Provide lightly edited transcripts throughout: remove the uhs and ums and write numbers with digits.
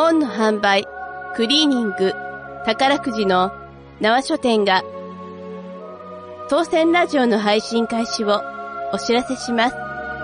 本の販売、クリーニング、宝くじの縄書店が当選ラジオの配信開始をお知らせします。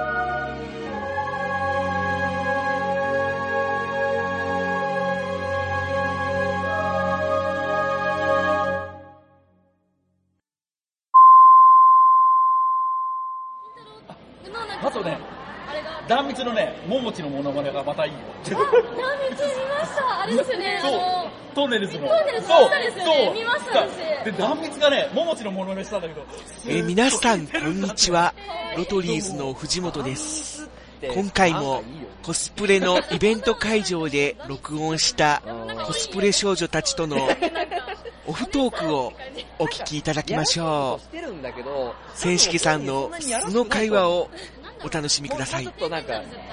あとね、断蜜のね、桃地のモノマネがまたいいよ。 断蜜見ました。あれですよね。 そう、トンネルズの。 トンネルズの下ですよね。見ました私。 で、断蜜がね、桃地のモノマネしたんだけど。 皆さんこんにちは。ロトリーズの藤本です。今回もコスプレのイベント会場で録音したコスプレ少女たちとのオフトークをお聞きいただきましょう。千式さんの素の会話をお楽しみください。 ちょっとなんか、賢いですよ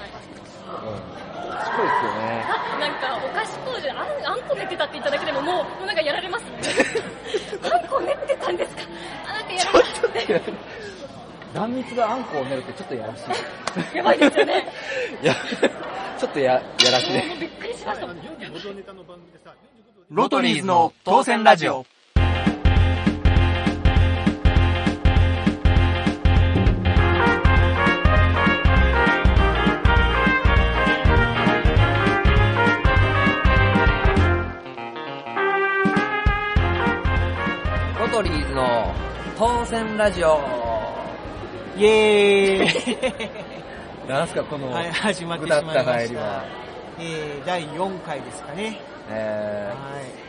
ね。 なんかお菓子工場であんこ練ってたって言っただけでももうなんかやられますね。あんこ練ってたんですか。なんかやられますね。 断蜜があんこを練るってちょっとやらしい。 やばいですよね。 いや、ちょっとやらしいね。 びっくりしました。 ロトリーズの当選ラジオ。 ロトリーズの当選ラジオ。 イエーイなんすかこのはい、始まってし歌っまいましたた帰りは。 第4回ですかね。はい、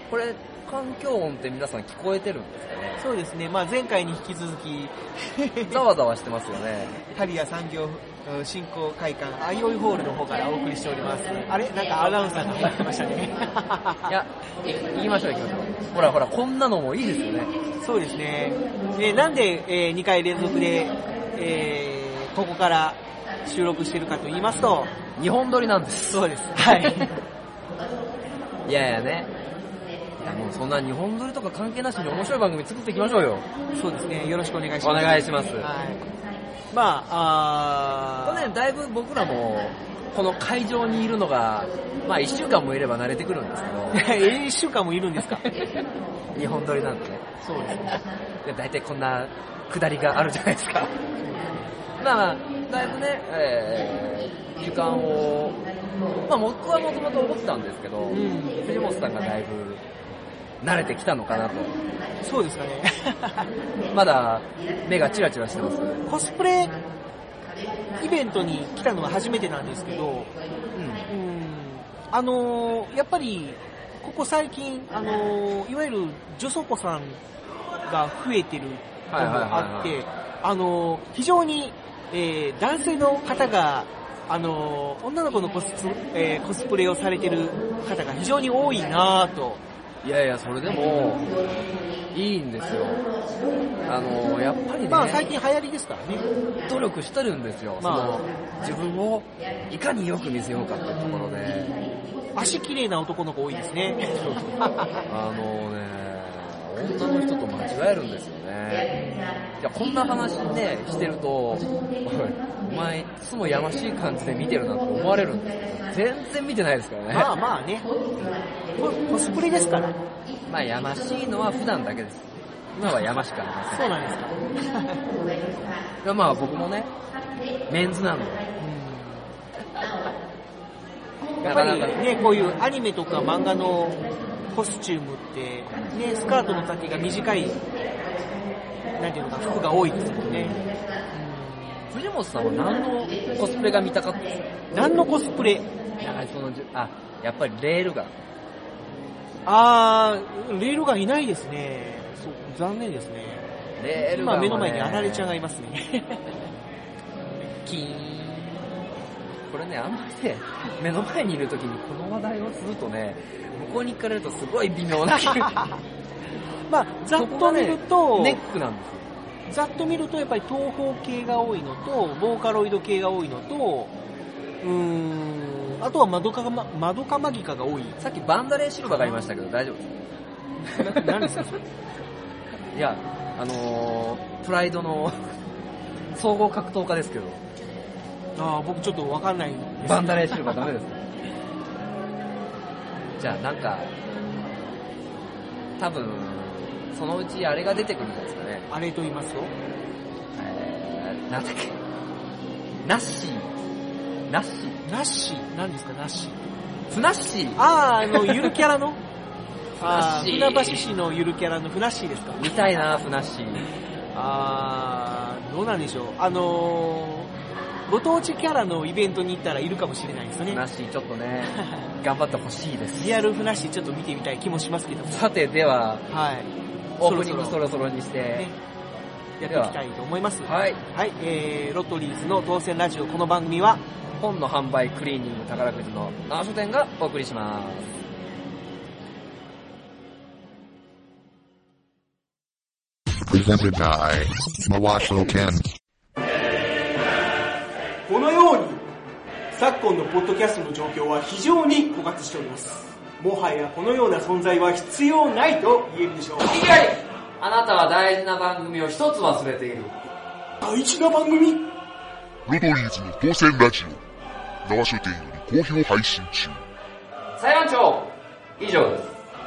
これ環境音って皆さん聞こえてるんですかね。 そうですね、まあ、前回に引き続きざわざわしてますよね。 刈谷産業振興会館あいおいホールの方からお送りしております。あれなんかアナウンサーが入ってましたね。 いや、行きましょう。ほらこんなのもいいですよね。 そうですね。なんで、2回連続で、ここから収録してるかと言いますと、 日本撮りなんです。 そうです。はい。 いやね。いやもうそんな日本撮りとか関係なしに面白い番組作っていきましょうよ。 そうですね。よろしくお願いします。 お願いします。 はい。まあ、 ね、だいぶ僕らもこの会場にいるのが、まあ1週間もいれば慣れてくるんですけど。 1週間もいるんですか。 日本撮りなんでね。 そうですね。 だいたいこんな下りがあるじゃないですか。まあだいぶね、時間を、まあ僕はもともと思ってたんですけど、藤本さんがだいぶ慣れてきたのかなと。 そうですかね。 まだ目がチラチラしてます。 コスプレイベントに来たのは初めてなんですけど、やっぱりここ最近いわゆる女祖子さんが増えてるのがあって、非常に、男性の方が女の子のコスプレをされてる方が非常に多いなぁと。 いやそれでもいいんですよ。やっぱりね、 まあ最近流行りですからね。 努力してるんですよ。自分をいかによく見せようかっていうところで。 足綺麗な男の子多いですね。 女の人と間違えるんですよね。いや、こんな話ねしてると、お前いつもやましい感じで見てるなって思われるんですけど、全然見てないですからね。 まあね、コスプレですから。 まあやましいのは普段だけです。今はやましくありません。 そうなんですか。 まあ僕もね、メンズなので。 やっぱりね、こういうアニメとか漫画のコスチュームってね、スカートの丈が短いなんていうのか服が多いですもんね。 藤本さんは何のコスプレが見たかったですか？ 何のコスプレ？ やっぱりレールガン。 レールガンいないですね。そう残念ですね。 レールガンはね、 今目の前にあられちゃんがいますね。 キーン。これね、あんまりね、目の前にいるときにこの話題をするとね、向こうに行かれるとすごい微妙な気がまあ、ざっと見ると、 ネックなんですよ。 ざっと見るとやっぱり東方系が多いのと、ボーカロイド系が多いのと、あとはマドカマギカが多い。 さっきバンダレーシルバーがいましたけど大丈夫ですか？ 何ですかそれ？ いや、プライドの総合格闘家ですけど。 僕ちょっとわかんないんです。 バンダレーシルバーダメですか？ じゃあなんか、多分、そのうちあれが出てくるんじゃないですかね。 あれと言いますとなんだっけ。ナッシー。ナッシー。 ナッシー何ですかナッシー。 フナッシー。 ゆるキャラのフナッシー。 船橋市のゆるキャラのフナッシーですか。 見たいな、フナッシー。 どうなんでしょう。ご当地キャラのイベントに行ったらいるかもしれないですね。 フナッシーちょっとね、頑張ってほしいです。 リアルフナッシーちょっと見てみたい気もしますけども。 さて、では、 はい。 オープニングそろそろにして、 ね、やっていきたいと思います。 はい。 はい、ロトリーズの当選ラジオ、この番組は、 本の販売、クリーニング、宝くじの縄書店がお送りします。 Presented by 縄書店。 このように、昨今のポッドキャストの状況は非常に枯渇しております。もはやこのような存在は必要ないと言えるでしょう。 いきなりあなたは大事な番組を一つ忘れている。 大事な番組？ ロトリーズの当選ラジオ。縄書店より好評配信中。 裁判長、以上です。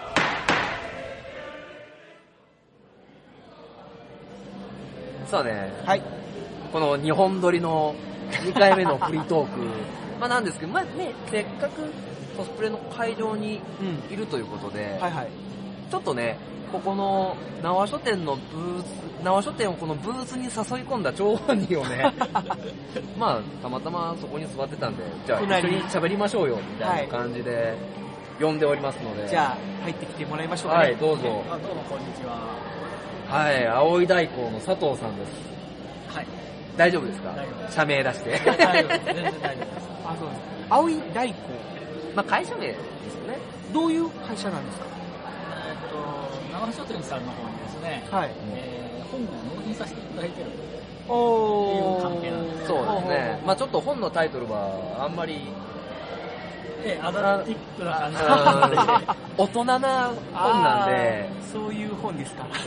さあね、 はい。 この2本撮りの2回目のフリートークまあなんですけど、まあね、せっかくコスプレの会場にいるということで、 はいはい。 ちょっとね、ここの縄書店のブース、縄書店をこのブースに誘い込んだ張本人をね、まあたまたまそこに座ってたんで、じゃあ一緒に喋りましょうよみたいな感じで呼んでおりますので、 じゃあ入ってきてもらいましょうかね。 はい、どうぞ。 どうもこんにちは。 はい、青い大工の佐藤さんです。 はい。 大丈夫ですか？ 大丈夫です。 社名出して。 大丈夫です。全然大丈夫です。 あ、そうです。青い大工。 まあ会社名ですよね。 どういう会社なんですか？ 長野書店さんの方にですね、 はい。 本を納品させていただいてるっていうおー。 関係なんです。 そうですね。まあちょっと本のタイトルはあんまりアダルティックな感じなんで大人な本なんで、 そういう本ですか。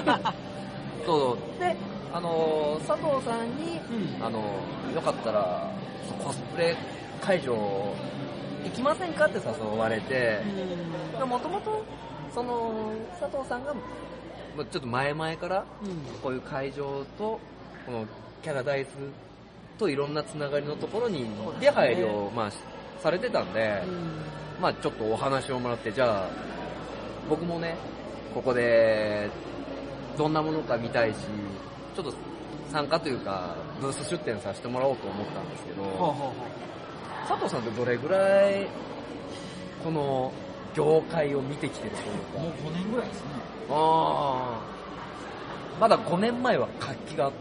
そうで、佐藤さんに、よかったらコスプレ会場行きませんかって誘われて、もともとその佐藤さんがちょっと前々からこういう会場とこのキャラダイスといろんなつながりのところに出入りをまあされてたんで、まあちょっとお話をもらって、じゃあ僕もねここでどんなものか見たいし、ちょっと参加というかブース出展させてもらおうと思ったんですけど、佐藤さんってどれぐらいこの業界を見てきてるというか？ もう5年ぐらいですね。 ああ、まだ5年前は活気があった。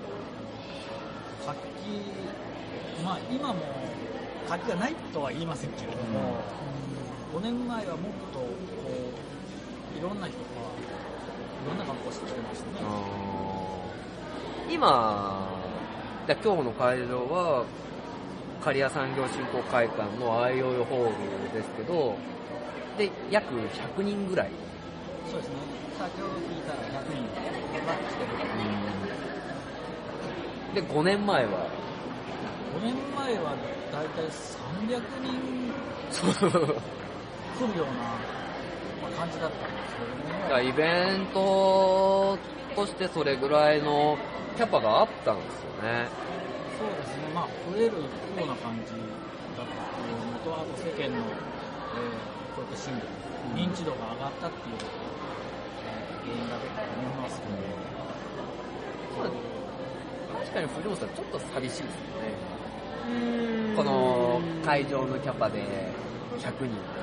活気、まあ今も活気がないとは言いませんけれども、5年前はもっとこういろんな人がいろんな格好してきてましたね。 今日の会場は刈谷産業振興会館のアイオイホールですけど、で約100人ぐらい。 そうですね。先ほど聞いたら100人が来てる。 で5年前はだいたい300人来るような感じだったんですけどね。 イベントとしてそれぐらいのキャパがあったんですよね。 そうですね。まあ増える一方な感じだったっていうのと、あと世間の、こういった信頼、認知度が上がったっていう、原因だと思いますけど、 確かに藤本さんちょっと寂しいですよね。この会場のキャパで100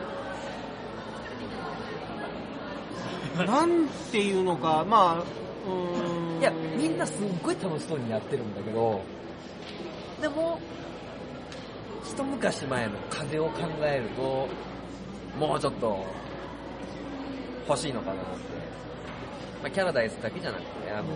人。 なんていうのか、まあ、 いや、みんなすっごい楽しそうにやってるんだけど、でも、一昔前の風を考えると、もうちょっと欲しいのかなって。まあ、キャラダイスだけじゃなくて、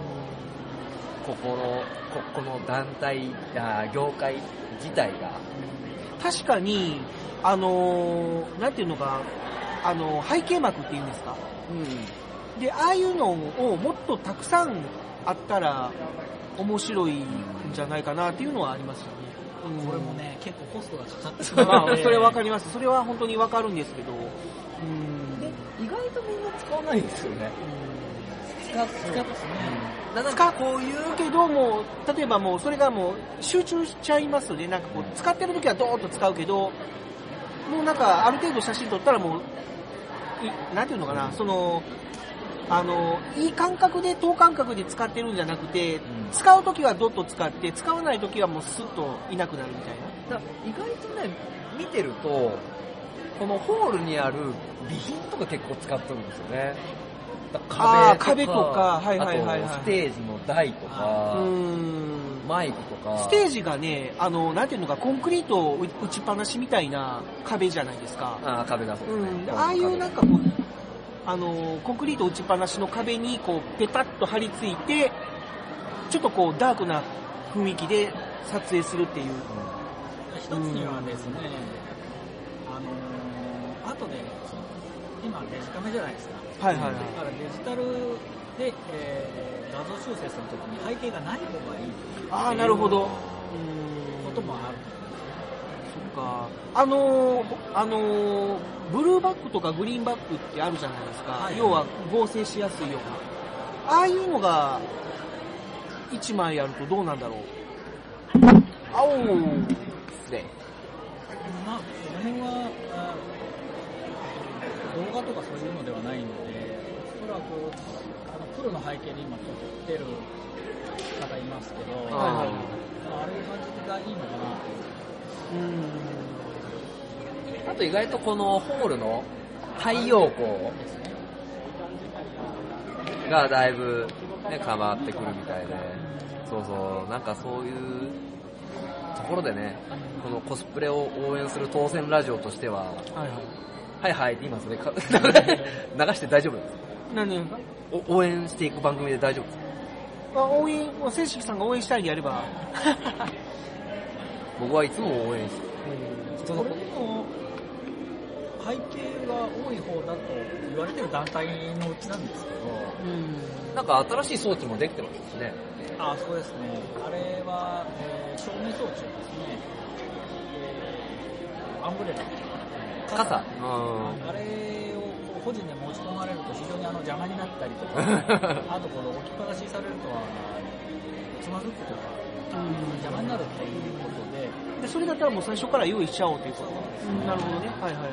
この団体、業界自体が。 確かに、なんていうのか、背景幕っていうんですか。で、ああいうのをもっとたくさんあったら面白いんじゃないかなっていうのはありますよね。 これもね、結構コストがかかってるので、 まあ、それはわかります。それは本当にわかるんですけど、 で、意外とみんな使わないんですよね。 使ってますね。 なんかこういうけども、例えばもうそれがもう集中しちゃいますよね。なんかこう使ってる時はドーンと使うけど、もうなんかある程度写真撮ったらもう、なんていうのかな、その、いい感覚で、等間隔で使ってるんじゃなくて、使う時はドッと使って、使わない時はもうスッといなくなるみたいな。 だ意外とね、見てると、このホールにある備品とか結構使ってるんですよね。 壁とか、はいはいはい、はい。 あとステージの台とか、マイクとか。 ステージがね、なんていうのか、コンクリートを打ちっぱなしみたいな壁じゃないですか。 壁だそうですね。 ああいうなんかこう、コンクリート打ちっぱなしの壁にこう、ペタッと張り付いて、ちょっとこう、ダークな雰囲気で撮影するっていう。 一つにはですね、後で、今デジカメじゃないですか。 はいはいはい。 だからデジタルで、画像修正するときに背景がない方がいい。 ああ、なるほど。 こともある。 そっか。ブルーバックとかグリーンバックってあるじゃないですか。はい、要は合成しやすいような。ああいうのが1枚あるとどうなんだろう。あおーで。 まあ、この辺は動画とかそういうのではないので、おそらくプロの背景に今撮ってる方いますけど、あれ感じがいいのかなと。 あと意外とこのホールの太陽光がだいぶね、変わってくるみたいで、そうそう、なんかそういうところでね、このコスプレを応援する当選ラジオとしては、はいはいって今それ流して大丈夫ですか？ 何を応援していく番組で大丈夫ですか？ 応援、正式さんが応援したいでやれば僕はいつも応援して、 これの背景が多い方だと言われてる団体のうちなんですけど、 なんか新しい装置もできてますしね。 あ、そうですね。あれは、照明装置をですね、アンブレラ傘、 あれを個人で持ち込まれると非常に邪魔になったりとか、あとこの置きっぱなしされるとつまずくとか、邪魔になるっていうことで、 それだったらもう最初から用意しちゃおうということですね。なるほどね。はいはいはい。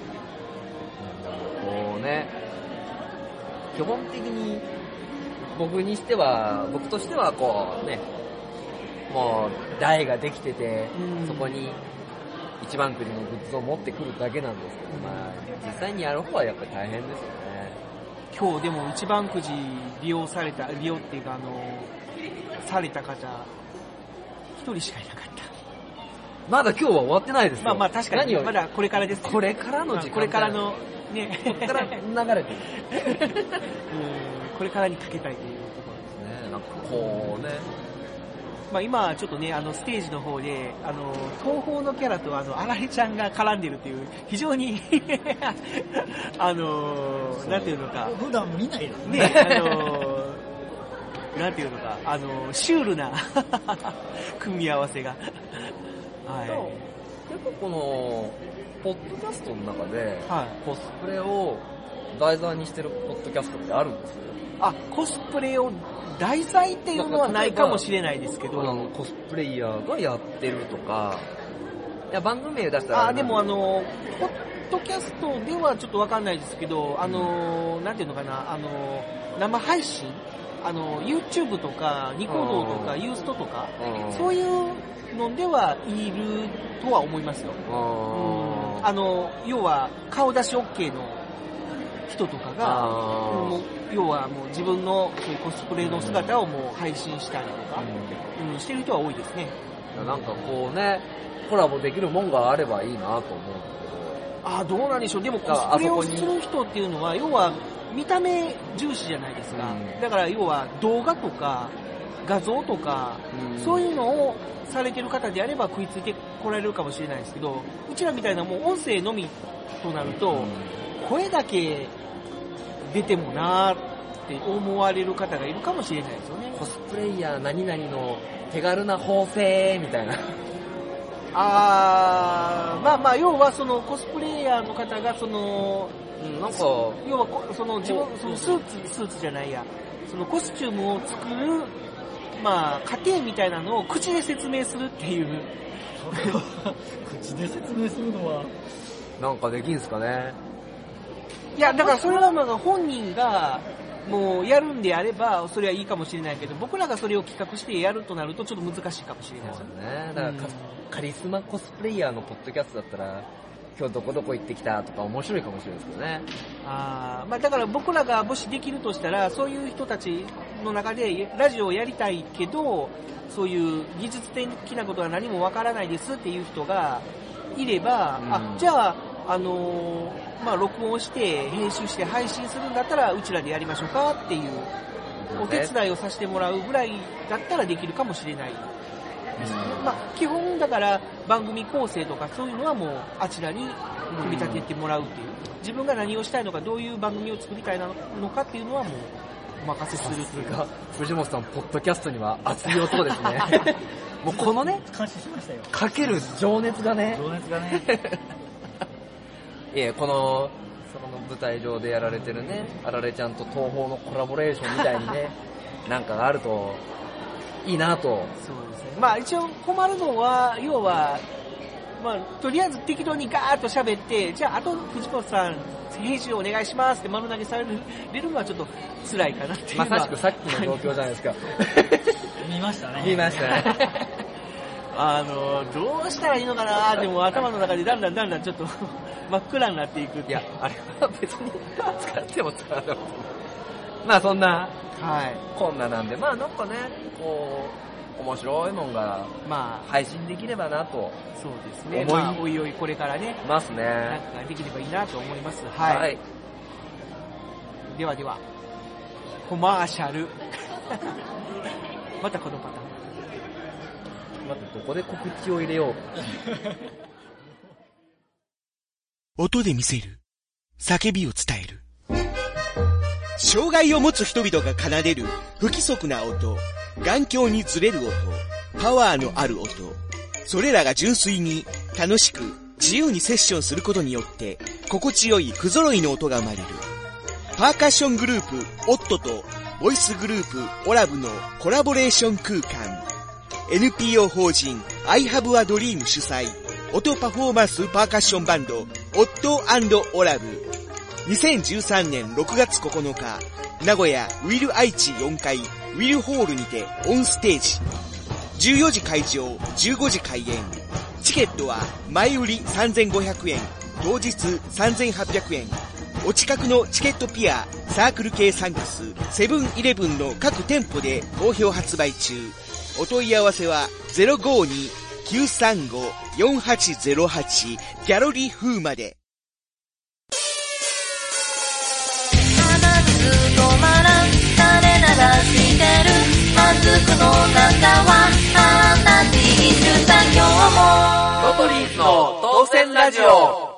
こうね、基本的に僕としてはこうね、もう台ができてて、そこに一番くじのグッズを持ってくるだけなんですけど、まあ実際にやる方はやっぱり大変ですよね。 今日でも一番くじ利用っていうかされた方、一人しかいなかった。 まだ今日は終わってないですよ。 まあ確かにまだこれからです。 これからの時間、 これからのね、 これから流れてる。 これからにかけたいというところですね。なんかこうね。 まあ今ちょっとね、ステージの方で、東宝のキャラとあられちゃんが絡んでるっていう、非常になんていうのか。 普段見ないですね。 なんていうのか、シュールな組み合わせが。はい。 結構この、ポッドキャストの中で、コスプレを題材にしてるポッドキャストってあるんですよ。 コスプレを題材っていうのはないかもしれないですけど。 コスプレイヤーがやってるとか、いや、番組名出したら。 でもポッドキャストではちょっとわかんないですけど、なんていうのかな、生配信YouTube とか、ニコ動とか、ユーストとか、そういうのではいるとは思いますよ。要は、顔出し OK の人とかが、要はもう自分のそういうコスプレの姿をもう配信したりとか、してる人は多いですね。 なんかこうね、コラボできるもんがあればいいなと思うんだけど。 どうなんでしょう。でもコスプレをする人っていうのは、要は見た目重視じゃないですか。だから要は動画とか画像とか、そういうのをされてる方であれば食いついてこられるかもしれないですけど、うちらみたいなもう音声のみとなると、声だけ出てもなーって思われる方がいるかもしれないですよね。 コスプレイヤー何々の手軽な縫製みたいな。 まあまあ、要はそのコスプレイヤーの方がその、 なんか、 要はその自分、そのスーツじゃないや、そのコスチュームを作る、まあ、過程みたいなのを口で説明するっていう。 口で説明するのは。 なんかできんすかね。 いや、だからそれはまあ本人が、もうやるんであれば、それはいいかもしれないけど、僕らがそれを企画してやるとなるとちょっと難しいかもしれないですね。だからカリスマコスプレイヤーのポッドキャストだったら、今日どこどこ行ってきたとか面白いかもしれないですけどね。 まあだから僕らがもしできるとしたら、そういう人たちの中でラジオをやりたいけど、そういう技術的なことは何もわからないですっていう人がいれば、じゃあ、まあ録音して編集して配信するんだったらうちらでやりましょうかっていうお手伝いをさせてもらうぐらいだったらできるかもしれないですね。まあ基本だから番組構成とかそういうのはもうあちらに組み立ててもらうっていう、自分が何をしたいのか、どういう番組を作りたいのかっていうのはもうお任せするっていうか。 藤本さん、ポッドキャストには熱い男ですね。もうこのね、 感心しましたよ。 かける情熱がね。 情熱がね。 この舞台上でやられてるね、あられちゃんと東宝のコラボレーションみたいにね、なんかがあるといいなと。 そうですね。まあ一応困るのは、要は、まあとりあえず適当にガーッと喋って、じゃああと藤本さん編集お願いしますって丸投げされるのはちょっと辛いかなっていう。 まさしくさっきの状況じゃないですか。 見ましたね。 見ましたね。 どうしたらいいのかなーってもう頭の中でだんだんちょっと真っ暗になっていく。 いや、あれは別に使っても使わなくても。まあそんな、こんななんで、まあなんかね、こう、面白いもんが、まあ配信できればなと。 そうですね。まあおいおいこれからね。 ますね。 なんかできればいいなと思います。はい。では、コマーシャル。またこのパターン。 まずどこで告知を入れよう。 音で見せる。叫びを伝える。障害を持つ人々が奏でる不規則な音、眼鏡にずれる音、パワーのある音。それらが純粋に楽しく自由にセッションすることによって心地よい不揃いの音が生まれる。パーカッショングループオットとボイスグループオラブのコラボレーション空間。NPO 法人 I Have a Dream 主催音パフォーマンスパーカッションバンドオット&オラブ。2013年6月9日名古屋ウィル愛知4階ウィルホールにてオンステージ。14時会場15時開演。チケットは前売り3500円当日3800円。お近くのチケットピアサークル系サンクスセブンイレブンの各店舗で好評発売中。お問い合わせは 052-935-4808 ギャロリー風まで。 鼻水止まらん垂れ流してるマスクの中はファンタジー集だ今日もロトリーズの当選ラジオ。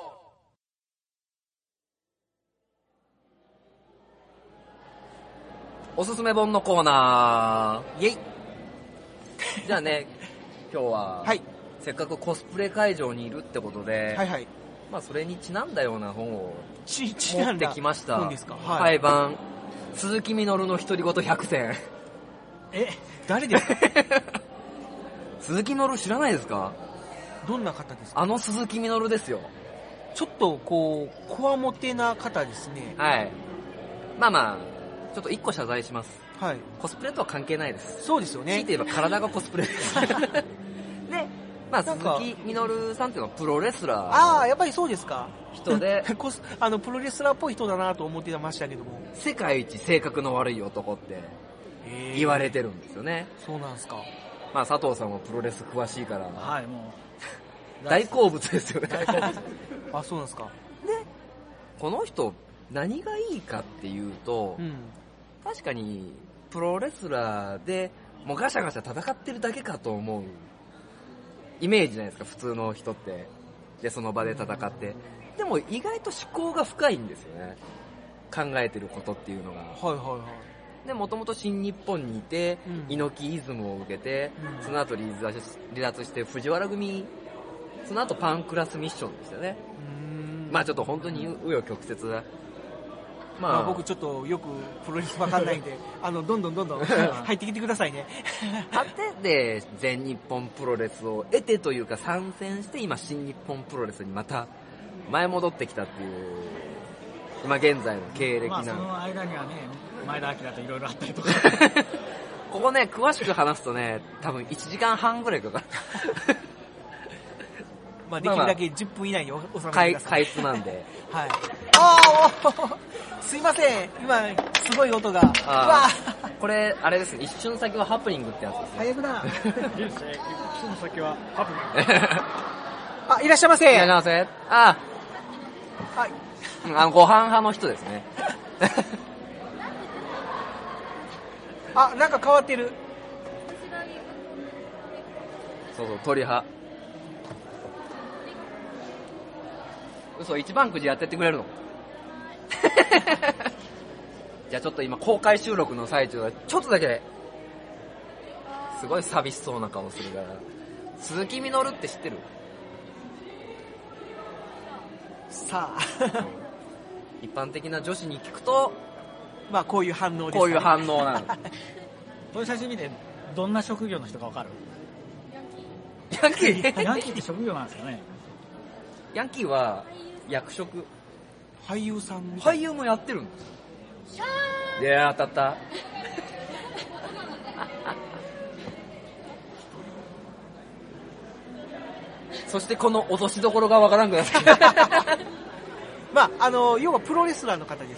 おすすめ本のコーナー。イェイ。じゃあね、今日は、せっかくコスプレ会場にいるってことで、まあそれにちなんだような本を持ってきました。はい、版、鈴木みのるの独り言100選。 誰ですか？ 鈴木みのる知らないですか？ どんな方ですか？ あの鈴木みのるですよ。 ちょっとこう、こわもてな方ですね。 はい。まあまあ、ちょっと一個謝罪します。 はい。 コスプレとは関係ないです。 そうですよね。 強いて言えば体がコスプレです。で、まあ鈴木みのるさんっていうのはプロレスラー。 ああ、やっぱりそうですか。 人で、 プロレスラーっぽい人だなと思ってましたけども。 世界一性格の悪い男って言われてるんですよね。 そうなんですか。 まあ佐藤さんもプロレス詳しいから。 はい、もう。大好物ですよね。 大好物。 あ、そうなんですか。 で、この人、何がいいかっていうと、確かにプロレスラーでもうガシャガシャ戦ってるだけかと思うイメージじゃないですか、普通の人って。で、その場で戦って。でも意外と思考が深いんですよね。考えてることっていうのが。 はいはいはい。 で、もともと新日本にいて、猪木イズムを受けて、その後離脱して藤原組その後パンクラスミッションですよね。まあちょっと本当に紆余曲折だ。 まあ僕ちょっとよくプロレスわかんないんで、どんどん入ってきてくださいね。 あってで、全日本プロレスを得てというか参戦して、今新日本プロレスにまた前戻ってきたっていう、今現在の経歴なの。 まあその間にはね、前田明といろいろあったりとか。 ここね、詳しく話すとね、多分1時間半ぐらいかかる。 まあできるだけ10分以内に収めてください。 かいつなんで。 はい。すいません。今、すごい音が。 これ、あれですね、一瞬先はハプニングってやつですね。 早くな。 一瞬先はハプニング。 いらっしゃいませ。 いらっしゃいませ。はい。ご飯派の人ですね。 なんか変わってる。 そう、鳥派。嘘、一番くじやってってくれるの？じゃあちょっと今公開収録の最中はちょっとだけすごい寂しそうな顔するから。鈴木みのるって知ってる？ さあ一般的な女子に聞くと、 まあこういう反応です、ね。 こういう反応なの。 この写真見てどんな職業の人かわかる？ ヤンキーヤンキーって職業なんですかね？ ヤンキーは役職。 俳優さん。 俳優もやってるんです。いやー、当たった。そしてこの落としどころがわからんくなってきた。 まあ要はプロレスラーの方です。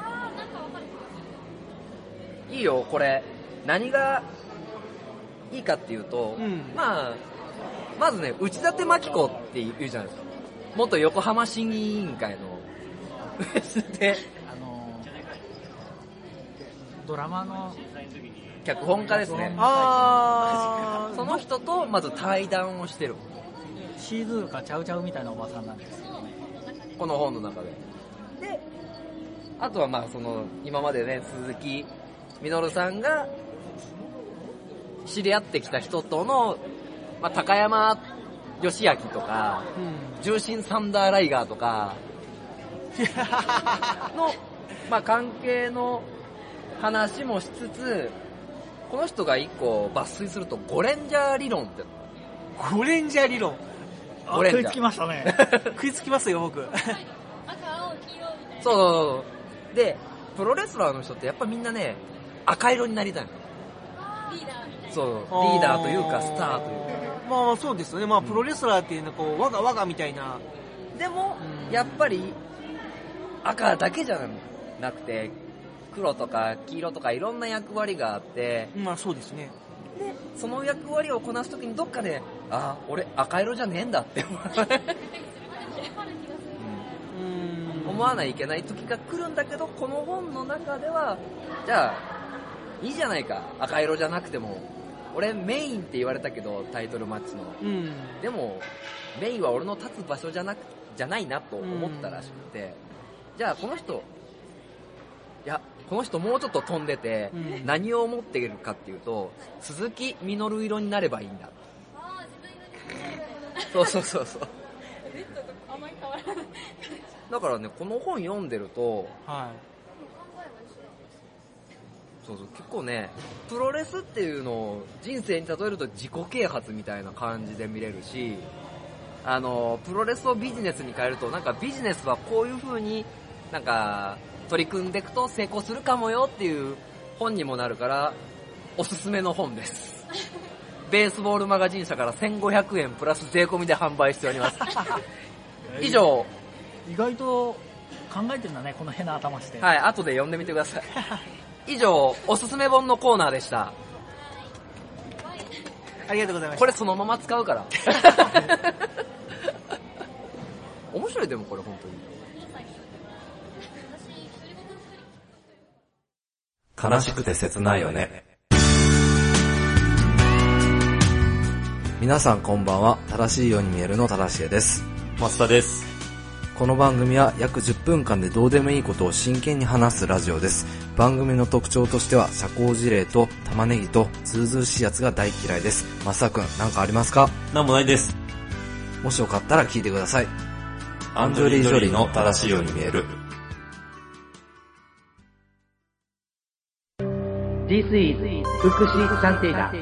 いいよ、これ何がいいかっていうと、まずね、内館真紀子って言うじゃないですか。元横浜審議委員会ので、 ドラマの脚本家ですね。その人とまず対談をしてる。 シーズーかチャウチャウみたいなおばさんなんですよね。 この本の中で。で、あとはまあその今までね、鈴木みのるさんが知り合ってきた人との、まあ、高山義明とか、重心サンダーライガーとかの、まあ、関係の話もしつつ、この人が一個抜粋するとゴレンジャー理論って。 ゴレンジャー理論。 食いつきましたね。 食いつきますよ、僕。 そうで、プロレスラーの人ってやっぱみんなね、赤色になりたいの。そう、リーダーというかスターというか。 まあそうですよね。まあプロレスラーっていうのはこう、我がみたいな。 でも、やっぱり赤だけじゃなくて、黒とか黄色とかいろんな役割があって、 まあそうですね。 で、その役割をこなすときにどっかで、俺赤色じゃねえんだって思わないといけない時が来るんだけど、この本の中では、じゃあ、いいじゃないか、赤色じゃなくても。俺メインって言われたけど、タイトルマッチの。でも、メインは俺の立つ場所じゃないなと思ったらしくて、じゃあこの人もうちょっと飛んでて、何を思っているかっていうと、鈴木みのる色になればいいんだ。そう。だからね、この本読んでると、結構ね、プロレスっていうのを人生に例えると自己啓発みたいな感じで見れるし、プロレスをビジネスに変えると、なんかビジネスはこういう風になんか取り組んでいくと成功するかもよっていう本にもなるから、おすすめの本です。ベースボールマガジン社から1500円プラス税込みで販売しております。以上。 意外と考えてるんだね、この変な頭して。 はい、後で読んでみてください。以上、おすすめ本のコーナーでした。 ありがとうございました。 これそのまま使うから。面白い、でもこれ本当に。 悲しくて切ないよね。皆さんこんばんは。正しいように見えるの正しいです。 増田です。 この番組は約10分間でどうでもいいことを真剣に話すラジオです。番組の特徴としては社交辞令と玉ねぎとズうずうしいやつが大嫌いです。増田くん、なんかありますか？ なんもないです。 もしよかったら聞いてください。アンジョリー・ジョリーの正しいように見える。 This is 福祉探偵団。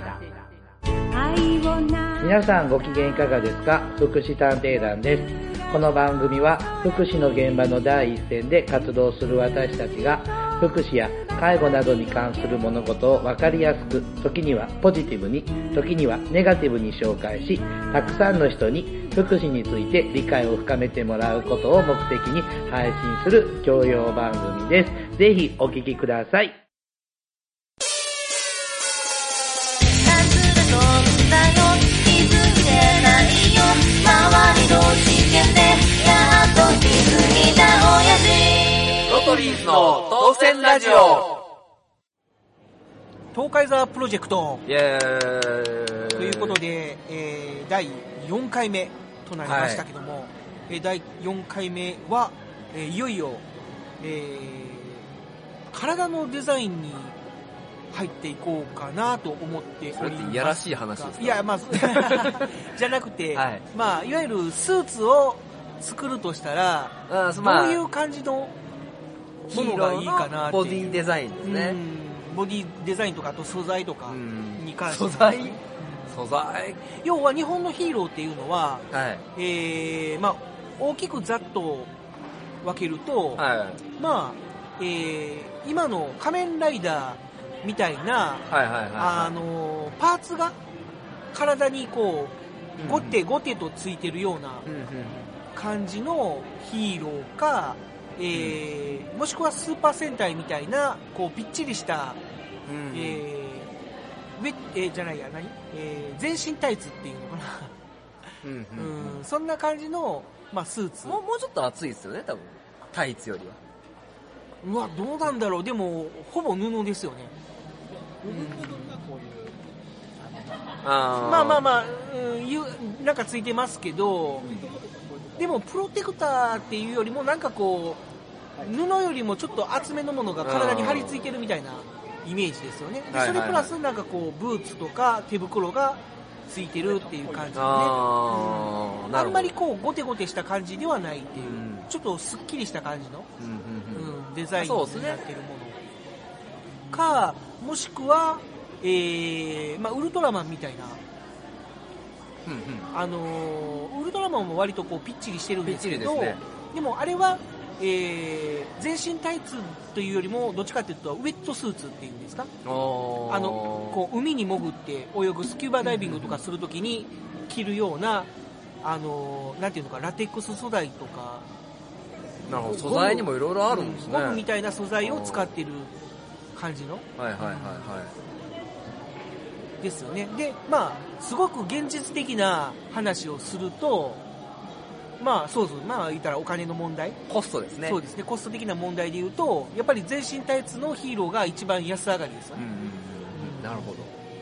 皆さんご機嫌いかがですか？福祉探偵団です。この番組は福祉の現場の第一線で活動する私たちが福祉や介護などに関する物事を分かりやすく、時にはポジティブに、時にはネガティブに紹介し、たくさんの人に福祉について理解を深めてもらうことを目的に配信する教養番組です。ぜひお聞きください。 ロトリーズの当選ラジオ。 東海ザプロジェクトイエーイということで、第4回目となりましたけども、第4回目は、いよいよ、体のデザインに入っていこうかなと思っております。 それっていやらしい話ですか？ いや、まあ、じゃなくて、はい、まあ、いわゆるスーツを作るとしたら、どういう感じのものがいいかなって。 ボディデザインですね。 ボディデザインとか、あと素材とかに関して。素材要は日本のヒーローっていうのは、はい、まあ、大きくざっと分けると、はい、まあ、今の仮面ライダーみたいな、パーツが体にこう、ゴテゴテとついてるような感じのヒーローか、もしくはスーパー戦隊みたいな、こう、ぴっちりした、じゃないや、全身タイツっていうのかな。そんな感じの、まあ、スーツ。 もうちょっと厚いですよね、多分。タイツよりは。 うわ、どうなんだろう。でも、ほぼ布ですよね。まあまあまあ、なんかついてますけど、でもプロテクターっていうよりもなんかこう布よりもちょっと厚めのものが体に張り付いてるみたいなイメージですよね。でそれプラスなんかこうブーツとか手袋がついてるっていう感じでね、あんまりこうゴテゴテした感じではないっていう、ちょっとスッキリした感じの、デザインになってるものか、もしくは、まあ、ウルトラマンみたいな、ウルトラマンも割とこうピッチリしてるんですけど、でもあれは、全身タイツというよりもどっちかというとウェットスーツっていうんですか、こう海に潜って泳ぐスキューバダイビングとかするときに着るような、なんていうのか、ラテックス素材とか、 なるほど、素材にもいろいろあるんですね。 ゴムみたいな素材を使ってる感じの、ですよね。で、まあすごく現実的な話をすると、まあそうそう、まあ言ったらお金の問題、 コストですね。 そうですね、コスト的な問題で言うと、やっぱり全身タイツのヒーローが一番安上がりですよね。 なるほど。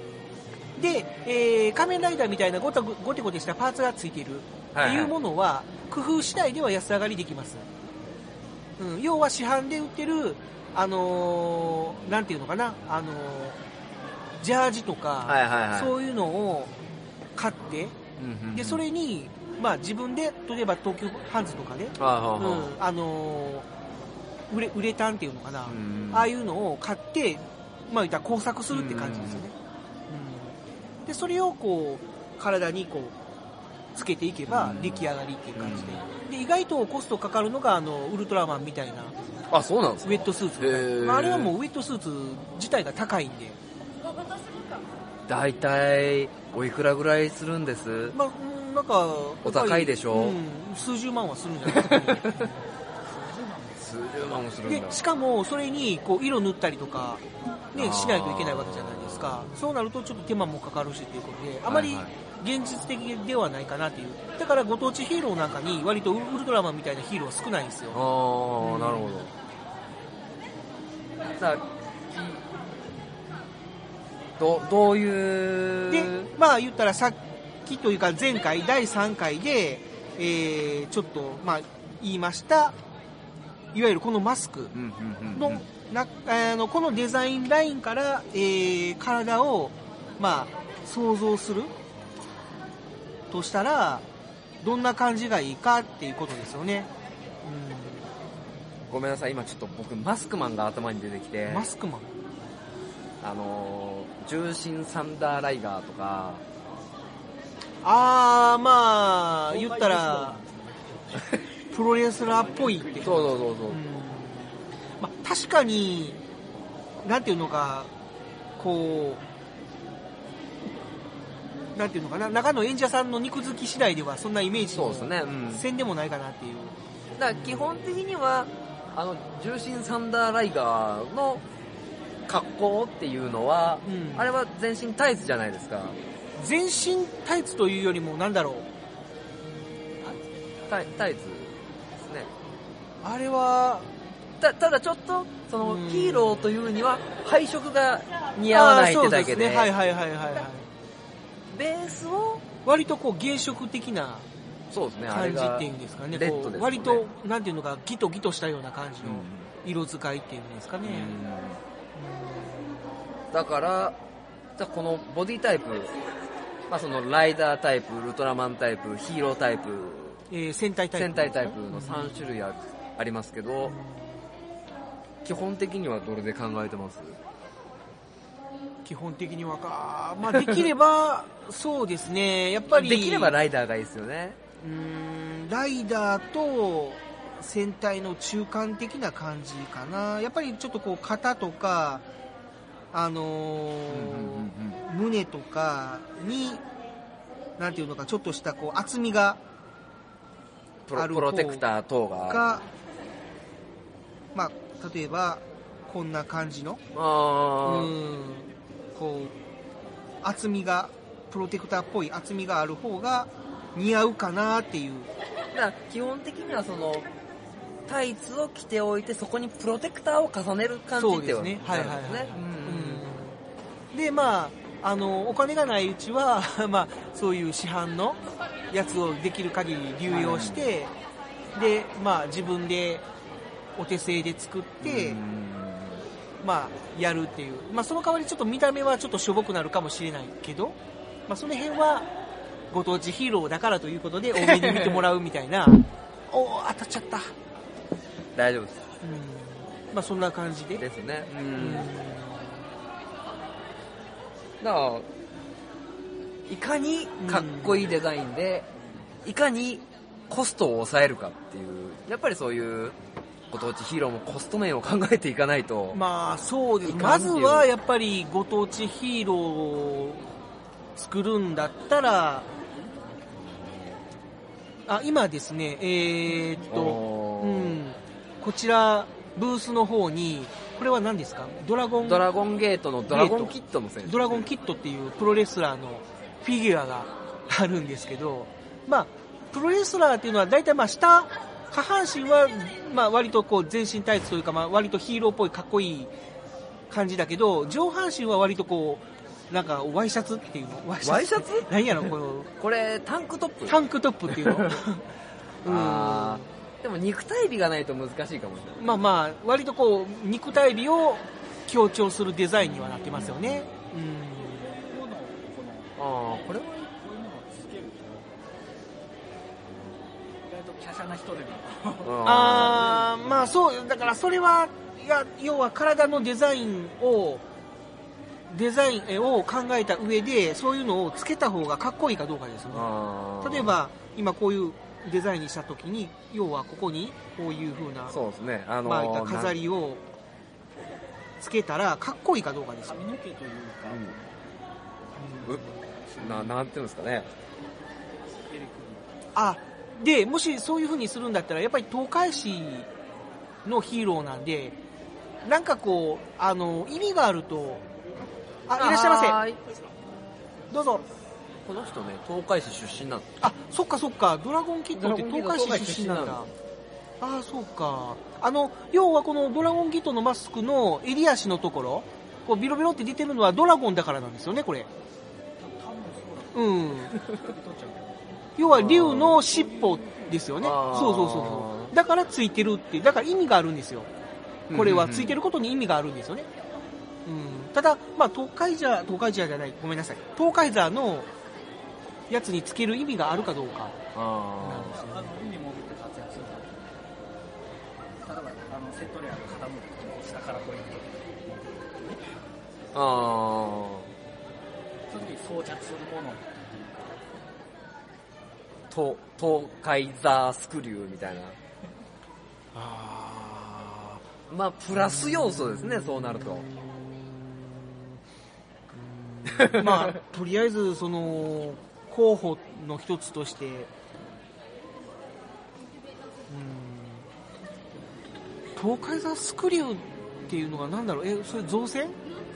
で、仮面ライダーみたいなゴテゴテしたパーツがついているっていうものは、工夫次第では安上がりできます。要は市販で売ってる、なんていうのかな、ジャージとか、そういうのを買って、でそれに、まあ、自分で例えば東急ハンズとかね、ウレタンっていうのかな、ああいうのを買って、まあ、言ったら工作するって感じですよね。でそれをこう体にこうつけていけば出来上がりっていう感じで、意外とコストかかるのがウルトラマンみたいな、 そうなんですか、 ウェットスーツ、まあ、あれはもうウェットスーツ自体が高いんで。 だいたいおいくらぐらいするんです？ まあ、なんかお高いでしょ、 数十万はするんじゃないですか、ね、 数十万もするんだ。 でしかもそれにこう色塗ったりとか、ね、しないといけないわけじゃないですか。そうなるとちょっと手間もかかるしということで、あまり現実的ではないかなっていう。だからご当地ヒーローなんかに割とウルトラマンみたいなヒーローは少ないんですよ。 なるほど。さあどういうで、まあ言ったらさっきというか前回第3回で、ちょっとまあ言いましたいわゆるこのマスクのこのデザインラインから、体をまあ想像するとしたら、 どんな感じがいいかっていうことですよね。 ごめんなさい、今ちょっと僕マスクマンが頭に出てきて。 マスクマン重心サンダーライガーとか。 まあ言ったらプロレスラーっぽいってそう、 まあ、確かになんていうのかこうなんていうのかな、中の演者さんの肉付き次第ではそんなイメージのせんでもないかなっていう。 だから基本的には重心サンダーライガーの格好っていうのは、あれは全身タイツじゃないですか。 全身タイツというよりもなんだろう、 タイツですね。 あれはただちょっとそのヒーローというには配色が似合わないってだけで、 はい、 ベースを割とこう原色的なそうですね、 感じっていうんですかね。 レッドですね。 割となんていうのかギトギトしたような感じの色使いっていうんですかね。 だからこのボディタイプ、まあそのライダータイプ、ウルトラマンタイプ、ヒーロータイプ、 戦隊タイプの3種類ありますけど、基本的にはどれで考えてます？ 基本的にはまあできればそうですね、やっぱりできればライダーがいいですよね。 ライダーと戦隊の中間的な感じかな。やっぱりちょっとこう肩とか胸とかになんていうのかちょっとしたこう厚みがある方プロテクター等がまあ例えばこんな感じのこう厚みがプロテクターっぽい厚みがある方が似合うかなっていう。 だから基本的にはそのタイツを着ておいてそこにプロテクターを重ねる感じっていうね。 はいはいはい。でまあお金がないうちはまあそういう市販のやつをできる限り流用して、でまあ自分でお手製で作って。まあやるっていう、まあその代わりちょっと見た目はちょっとしょぼくなるかもしれないけど、まあその辺はご当地ヒーローだからということで多めに見てもらうみたいな当たっちゃった。 大丈夫です。 まあそんな感じでですね。だからいかにかっこいいデザインで、いかにコストを抑えるかっていう、やっぱりそういうご当地ヒーローもコスト面を考えていかないと。 まあそうです。まずはやっぱりご当地ヒーローを作るんだったら、今ですね、こちらブースの方にこれは何ですか？ドラゴンゲートのドラゴンキットの選手。 ドラゴンキットっていうプロレスラーのフィギュアがあるんですけど、まあプロレスラーっていうのは大体まあ下半身はまあ割とこう全身タイツというかまあ割とヒーローっぽいかっこいい感じだけど、上半身は割とこうなんかワイシャツっていうの？ワイシャツ？何やろこれタンクトップ？ タンクトップっていうの？ でも肉体美がないと難しいかもしれない。 まあまあ割とこう肉体美を強調するデザインにはなってますよね。 これは華奢な人でもまあそうだから、それは要は体のデザインを考えた上でそういうのをつけた方がかっこいいかどうかですね。例えば今こういうデザインにした時に、要はここにこういう風なそうですね、 巻いた飾りをつけたらかっこいいかどうかですよね。 髪の毛というか、 なんていうんですかね。 でもしそういう風にするんだったら、やっぱり東海市のヒーローなんで、なんかこう意味があると。いらっしゃいませ。どうぞ。 この人ね、東海市出身なんだ。そっかそっか、ドラゴンキットって東海市出身なんだ。そうか。要はこのドラゴンキットのマスクの襟足のところ、こうビロビロって出てるのはドラゴンだからなんですよね、これ。要は竜の尻尾ですよね。そう。だからついてるって、だから意味があるんですよ。これはついてることに意味があるんですよね。ただ、まあ、東海座じゃない、ごめんなさい。東海座のやつにつける意味があるかどうか。 海に潜って活躍する例えばセットレアが傾くと下からこういうその時に装着するもの東海ザースクリューみたいな。まあプラス要素ですね、そうなると。 まあとりあえずその候補の一つとして、東海ザスクリューっていうのがなんだろう、それ造船？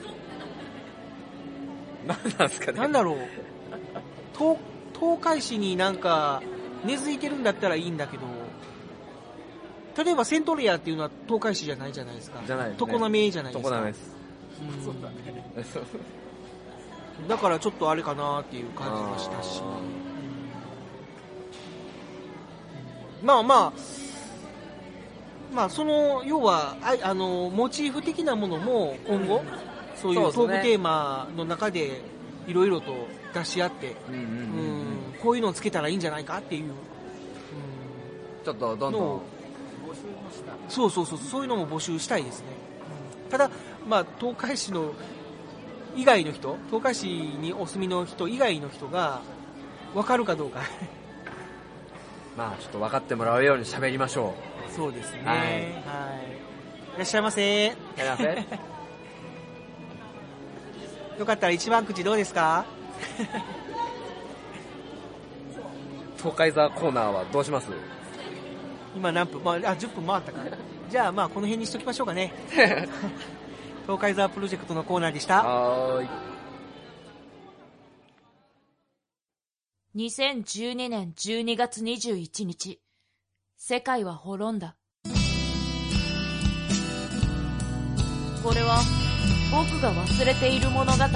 なんなんですかね。 なんだろう。東海市になんか根付いてるんだったらいいんだけど、例えばセントレアっていうのは東海市じゃないじゃないですか。 じゃないですね。 常滑じゃないですか。 常滑です。 そうだね。 だからちょっとあれかなっていう感じがしたし、まあその要はモチーフ的なものも今後そういうトークテーマの中でいろいろと出し合って、こういうのをつけたらいいんじゃないかっていう、 ちょっとどんどん募集もした。 そういうのも募集したいですね。ただまあ東海市の以外の人、東海市にお住みの人以外の人が分かるかどうかまあちょっと分かってもらうように喋りましょう。そうですね。 はい。 いらっしゃいませ。 いらっしゃいませ。 よかったら一番口どうですか？ 東海ザコーナーはどうします？ 今何分？10分回ったから。じゃあまあこの辺にしときましょうかね。東海ザプロジェクトのコーナーでした。 はーい。2012年12月21日、世界は滅んだ。これは僕が忘れている物語。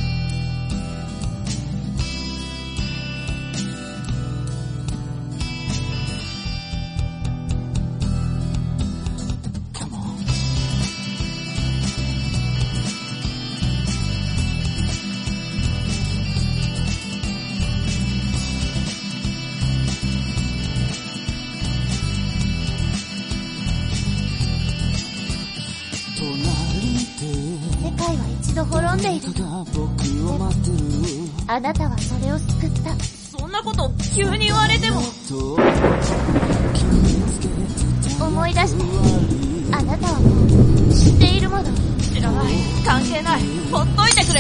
滅んでいる。あなたはそれを救った。 そんなこと急に言われても。 思い出して。あなたはもう知っているもの。 知らない。関係ない。ほっといてくれ。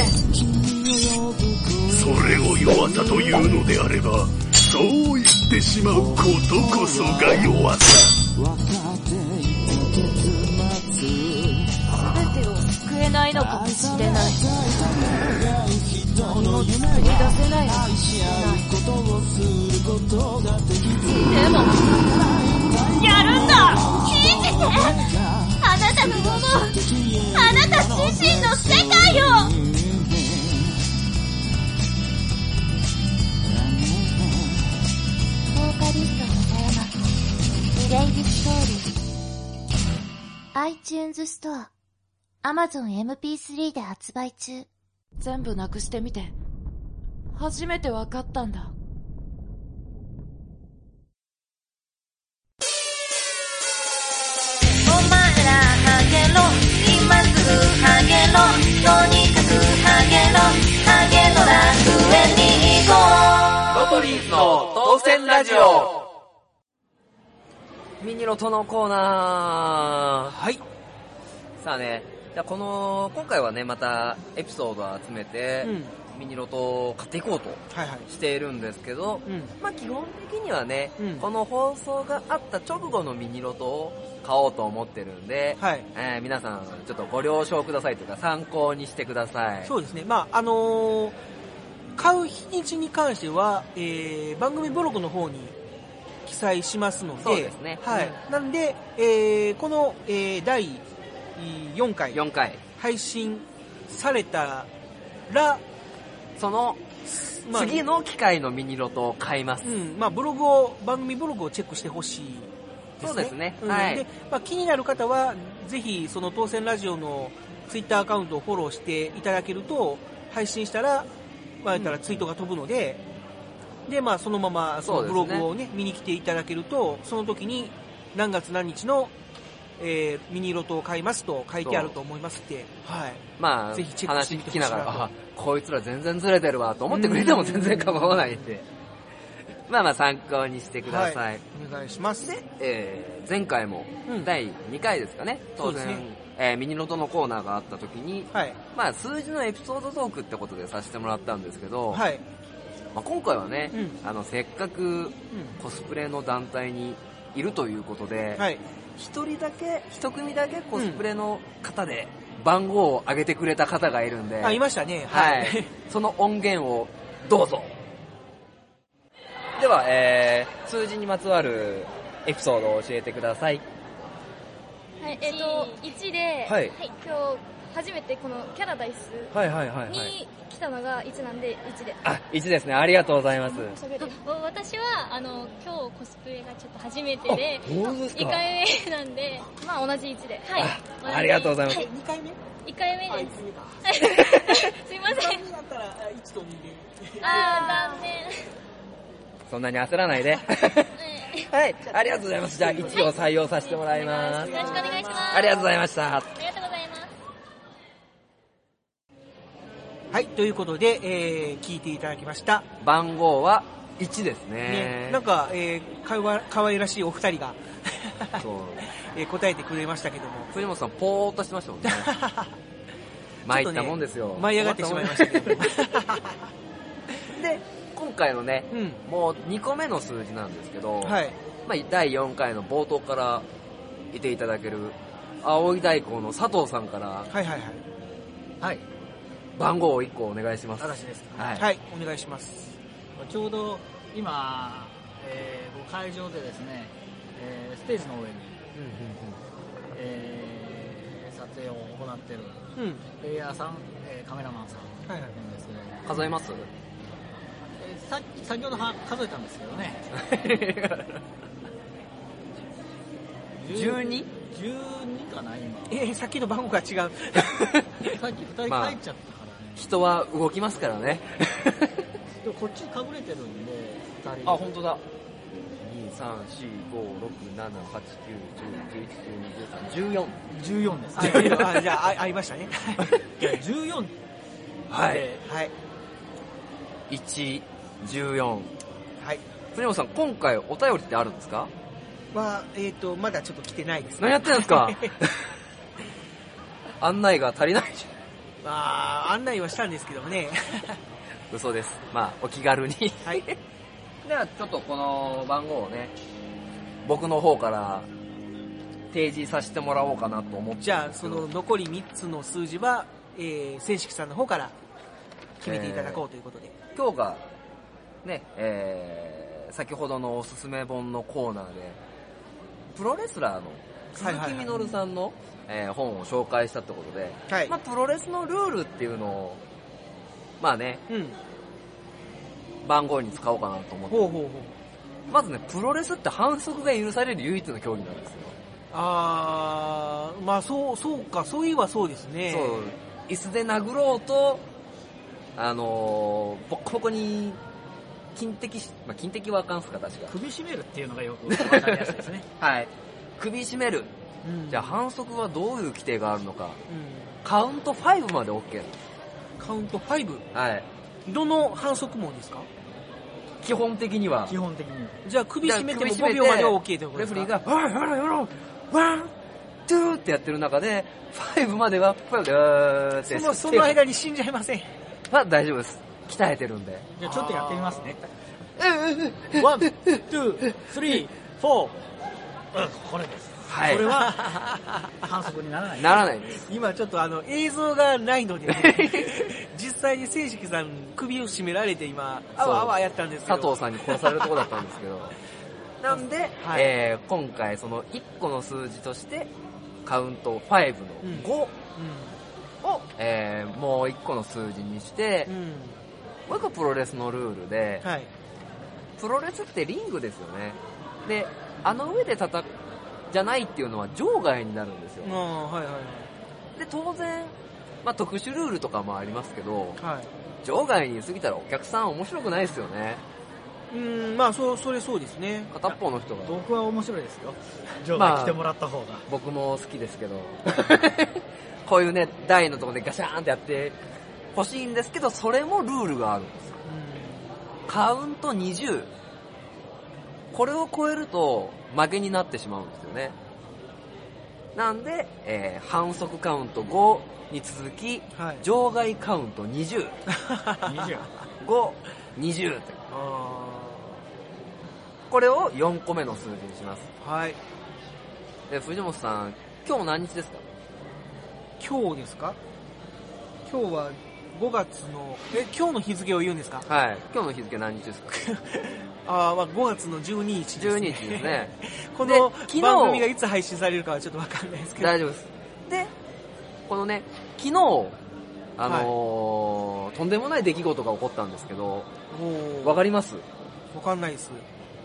それを弱さというのであれば、そう言ってしまうことこそが弱さ。 全てを救えないのかもしれない。何も作り出せないのかもしれない。でもやるんだ。 信じて。あなたの思う、あなた自身の世界を。ボーカリストのテーマ、リレイディストーリー。iTunes ストア、Amazon MP3 で発売中。 全部なくしてみて、初めてわかったんだ。 お前らハゲろ、今すぐハゲろ、とにかくハゲろ、ハゲの楽園に行こう。 ロトリーズの当選ラジオ。 ミニロトのコーナー。 はい。 さあね、じゃあ今回はね、またエピソードを集めて、ミニロトを買っていこうとしているんですけど、まあ基本的にはね、この放送があった直後のミニロトを買おうと思ってるんで、皆さんちょっとご了承くださいというか参考にしてください。 そうですね。まあ買う日にちに関しては、番組ブログの方に記載しますので、 そうですね。 はい。なんで、この、第4回配信されたら、 その次の機会のミニロトを買います。 まあ番組ブログをチェックしてほしいですね。 そうですね。はい。 で、まあ気になる方はぜひその当選ラジオのツイッターアカウントをフォローしていただけると、配信したらまあ言ったらツイートが飛ぶので、 で、まあ、そのまま、そのブログをね、見に来ていただけると、その時に、何月何日の、ミニロトを買いますと書いてあると思いますって、はい。 まあ、 ぜひチェックしてみてほしいなと。 話聞きながら、こいつら全然ずれてるわと思ってくれても全然構わないんで。まあまあ参考にしてください。はい、 お願いします。 で、前回も第2回ですかね、当然、ミニロトのコーナーがあった時に、はい、まあ数字のエピソードトークってことでさせてもらったんですけど、はい、まあ、今回はね、せっかくコスプレの団体にいるということで、はい、一組だけコスプレの方で番号を上げてくれた方がいるんで、 いましたね。 はい。その音源をどうぞ。では、数字にまつわるエピソードを教えてください。 はい、1で、はい、今日初めてこのキャラダイスに来たのが1なんで1で。 あ、1ですね。ありがとうございます。 私は今日コスプレがちょっと初めてで、2回目なんで、まあ同じ1で。はい。 ありがとうございます。 2回目 ?1 回目です。すいません。 だったら1と2で。 残念。 そんなに焦らないで。はい、ありがとうございます。じゃあ1を採用させてもらいます。 よろしくお願いします。 ありがとうございました。 ありがとうございます。 はい、ということで、聞いていただきました。 番号は1ですね。 なんか、かわいらしいお二人が答えてくれましたけども。 藤本さん、ポーっとしてましたもんね。参ったもんですよ。 舞い上がってしまいましたけども。 で、今回のね、もう2個目の数字なんですけど、はい、まあ、第4回の冒頭からいていただける青い大根の佐藤さんから、はいはいはい。はい。番号を1個お願いします。 私ですか。 はい。はい、お願いします。 ちょうど今、会場でですね、ステージの上に、撮影を行っている、プレイヤーさん、カメラマンさんなんですけど、 数えます？ 先ほど数えたんですけどね。 12？ 12かな今。 さっきの番号が違う。 さっき2人帰っちゃったからね。 人は動きますからね。 こっち隠れてるんで、2人。 あ、本当だ。2、3、4、5、6、7、8、9、10、11、12、13、14。 14です。 じゃあ、合いましたね。 いや、14。 はい。はい。1、14。はい。藤本さん、今回お便りってあるんですか？ まだちょっと来てないですね。 何やってんですか？案内が足りないじゃん。まあ、案内はしたんですけどもね。 嘘です。まあ、お気軽に。はい。では、ちょっとこの番号をね、僕の方から提示させてもらおうかなと思って。 じゃあ、その残り3つの数字は、正式さんの方から決めていただこうということで。 今日が、ね、先ほどのおすすめ本のコーナーで、プロレスラーの鈴木みのるさんの、本を紹介したってことで、はい、まあ、プロレスのルールっていうのを、まあね、番号に使おうかなと思って。まずね、プロレスって反則が許される唯一の競技なんですよ。 まあそうか、そういえばそうですね。 そう、椅子で殴ろうと、ボコボコに、金敵はあかんすか、確か。 首絞めるっていうのがよくわかりやすいですね。 はい。首絞める。じゃあ反則はどういう規定があるのか。カウント5まで OK。 カウント 5？ はい。 どの反則網ですか？ 基本的には。 基本的に。 じゃあ首絞めても5秒まで OK ということですか？ レフリーが、おい、ほら、やろう、ワン、ツーってやってる中で、5までは、ってその間に死んじゃいません。 まあ大丈夫です。鍛えてるんで。 じゃあちょっとやってみますね。1、2、3、4。これです。はい。これは反則にならない。 ならないです。 今ちょっと映像がないので、ね、実際に正式さん首を絞められて今、あわあわやったんですけど。 佐藤さんに殺されるとこだったんですけど。なんで、はい、今回その1個の数字としてカウント5の5を、もう1個の数字にして、もう1個プロレスのルールで、はい、プロレスってリングですよね。で、上でじゃないっていうのは場外になるんですよ。 はいはいはい。 で、当然、まあ、特殊ルールとかもありますけど、はい、場外に過ぎたらお客さん面白くないですよね。 まあそれそうですね。 片っぽの人が。 僕は面白いですよ。場外来てもらった方が。 僕も好きですけど。こういうね、台のところでガシャーンってやって欲しいんですけど、それもルールがあるんですよ。カウント20。これを超えると負けになってしまうんですよね。なんで、反則カウント5に続き、はい、場外カウント20。5、20って。これを4個目の数字にします。 はい。 で、藤本さん、今日何日ですか？ 今日ですか？今日は5月の、今日の日付を言うんですか？ はい。今日の日付何日ですか？ まあ5月の12日ですね。 12日ですね。 この番組がいつ配信されるかはちょっとわかんないですけど。 大丈夫です。で、このね、昨日、とんでもない出来事が起こったんですけど、わかります？ わかんないです。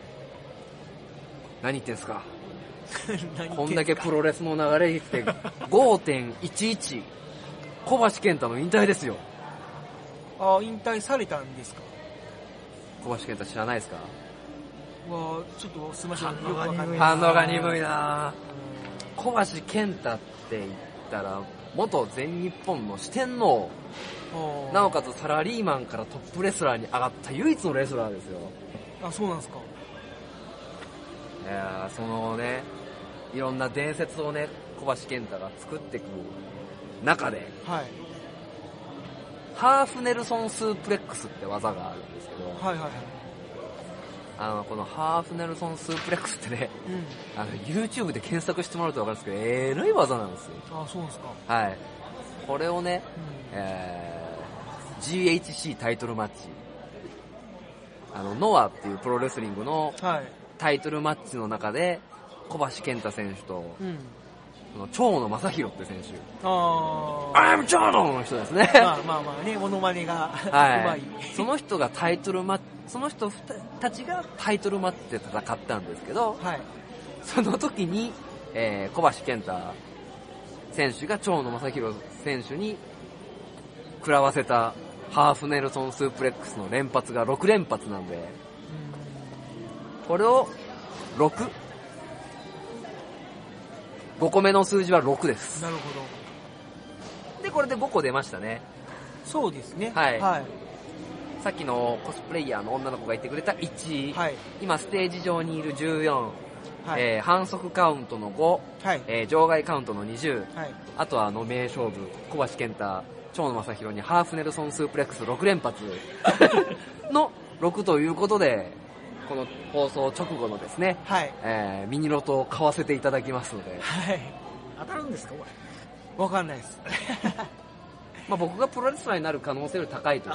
何言ってんすか？こんだけプロレスの流れに来て 5.11 小橋健太の引退ですよ。 引退されたんですか？ 小橋健太知らないですか？ ちょっとすみません、よくわかんない。 反応が鈍いな。小橋健太って言ったら元全日本の四天王、なおかつサラリーマンからトップレスラーに上がった唯一のレスラーですよ。 そうなんですか？ いやそのね、いろんな伝説をね、小橋健太が作っていく中で、 はい、 ハーフネルソンスープレックスって技があるんですけど、 はいはいはい、 このハーフネルソンスープレックスってね、YouTube で検索してもらうと分かるんですけど、らい技なんですよ。 そうですか。 はい。これをね、GHC タイトルマッチ、ノアっていうプロレスリングのタイトルマッチの中で、小橋健太選手と、長野正弘って選手。I'm 長野の人ですね。 まあね、モノマネがうまい。 その人がその人たちがタイトルマッチで戦ったんですけど、その時に、小橋健太選手が長野正弘選手に食らわせたハーフネルソンスープレックスの連発が6連発なんで、これを6。5個目の数字は6です。 なるほど。で、これで5個出ましたね。 そうですね。 はい。さっきのコスプレイヤーの女の子が言ってくれた1、今ステージ上にいる14、反則カウントの5、場外カウントの20、あとは名勝負、小橋健太、長野正弘にハーフネルソンスープレックス6連発の6ということで、この放送直後のですね、ミニロトを買わせていただきますので、 当たるんですかこれ？わかんないです。 まあ僕がプロレスラーになる可能性より高いと。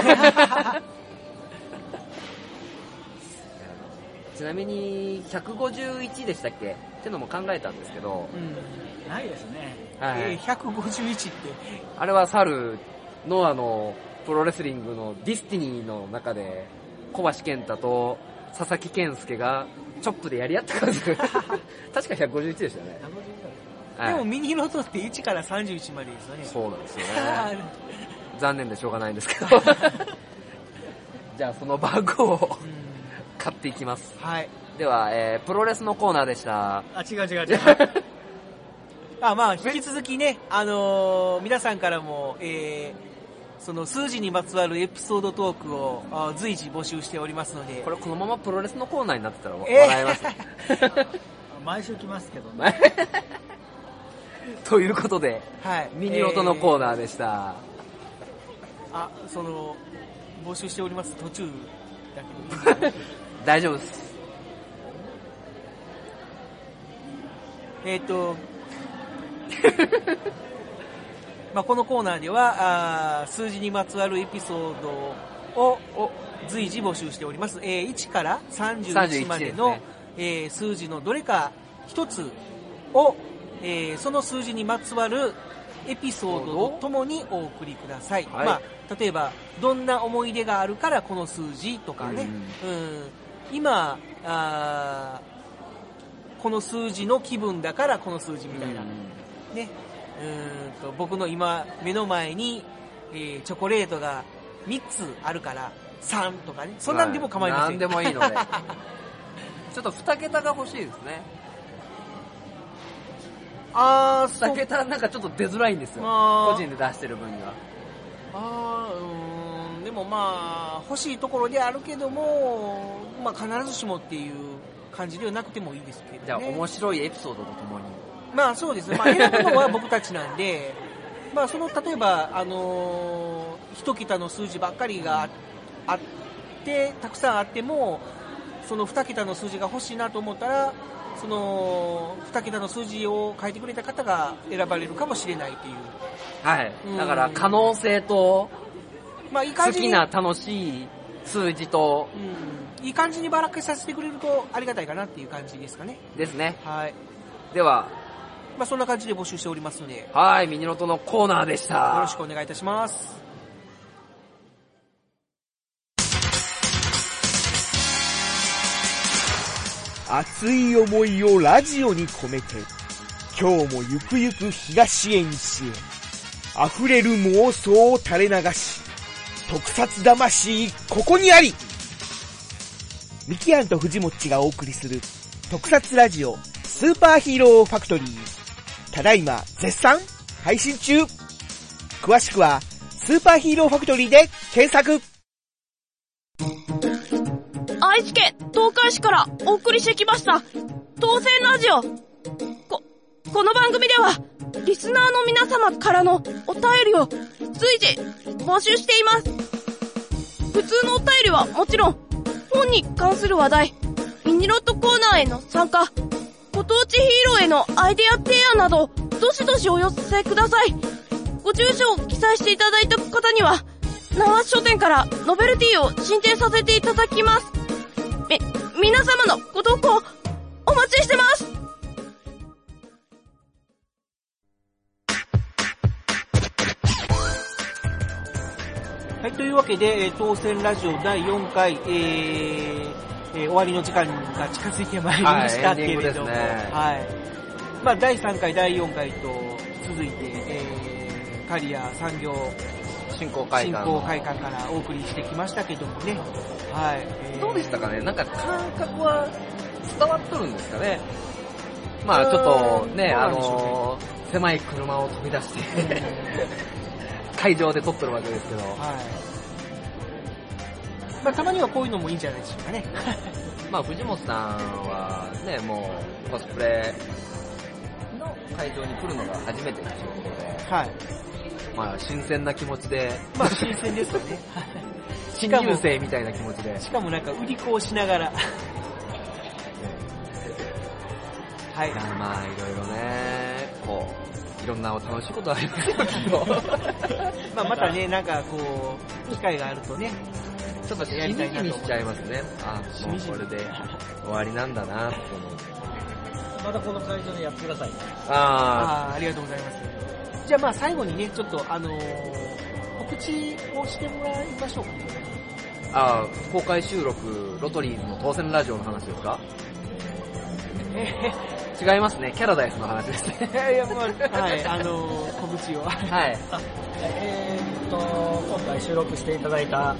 ちなみに151でしたっけっていうのも考えたんですけど、 ないですね。 151ってあれは猿のプロレスリングのディスティニーの中で小橋健太と佐々木健介がチョップでやり合ったから確か151でしたよね。 でもミニロトって1から31までですよね。 そうなんですよね。残念でしょうがないんですけどじゃあその番号を買っていきます。では、プロレスのコーナーでした。 違うまあ引き続きね、皆さんからも、その数字にまつわるエピソードトークを随時募集しておりますので、 これこのままプロレスのコーナーになってたら笑えます、 毎週来ますけどねということで、ミニロトのコーナーでした。 募集しております途中だけど大丈夫です。 このコーナーでは数字にまつわるエピソードを随時募集しております。1から31までの、数字のどれか一つを、その数字にまつわるエピソードとともにお送りください。例えばどんな思い出があるからこの数字とかね、今この数字の気分だからこの数字みたいな、ね、僕の今目の前に、チョコレートが3つあるから 3とかね、そんなんでも構いません。 なんでもいいので。ちょっと2桁が欲しいですね。2桁なんかちょっと出づらいんですよ。個人で出してる分には。 でもまあ、欲しいところであるけども、まあ必ずしもっていう感じではなくてもいいですけどね。 じゃあ面白いエピソードとともに。 まあそうですね。まあ選ぶのは僕たちなんで、まあその、例えば、一桁の数字ばっかりがあって、たくさんあっても、その2桁の数字が欲しいなと思ったら、その2桁の数字を書いてくれた方が選ばれるかもしれないっていう。 はい。だから可能性と、 まあいい感じに好きな楽しい数字と、 いい感じにばらけさせてくれるとありがたいかなっていう感じですかね。 ですね。 はい。 では、 まあそんな感じで募集しておりますので。 はい、ミニロトのコーナーでした。 よろしくお願いいたします。 熱い思いをラジオに込めて、今日もゆくゆく東へ西へ、溢れる妄想を垂れ流し、特撮魂ここにあり。ミキアンと藤もっちがお送りする特撮ラジオスーパーヒーローファクトリー。ただいま絶賛配信中。詳しくはスーパーヒーローファクトリーで検索。 愛知県東海市からお送りしてきました当選ラジオ。この番組ではリスナーの皆様からのお便りを随時募集しています。普通のお便りはもちろん、本に関する話題、ミニロットコーナーへの参加、ご当地ヒーローへのアイデア提案など、どしどしお寄せください。ご住所を記載していただいた方には、縄書店からノベルティを進呈させていただきます。皆様のご投稿、お待ちしてます。 はい、というわけで、当選ラジオ第4回、終わりの時間が近づいてまいりましたけれども、はい。まあ、第3回、第4回と続いて、刈谷産業振興会館からお送りしてきましたけどもね。はい。 どうでしたかね？なんか感覚は伝わっとるんですかね？まあちょっとね、狭い車を飛び出して、会場で撮ってるわけですけど。はい。 まあたまにはこういうのもいいんじゃないでしょうかね。 まあ藤本さんはね、もうコスプレの会場に来るのが初めてということで。はい。まあ新鮮な気持ちで。 まあ新鮮ですよね。 新入生みたいな気持ちで。 しかもなんか売り子をしながら。 はい。まあいろいろね、こう、いろんな楽しいことありますよ、きっと。 まあまたね、なんかこう、機会があるとね、 ちょっとしみじみしちゃいますね。あ、もうこれで終わりなんだなって思う。 またこの会場でやってくださいね。 ありがとうございます。じゃあまあ最後にね、ちょっと告知をしてもらいましょうか。 公開収録、ロトリーズの当選ラジオの話ですか？違いますね、キャラダイスの話ですね。 いや、まあ、はい、告知を。 はい。 今回収録していただいた、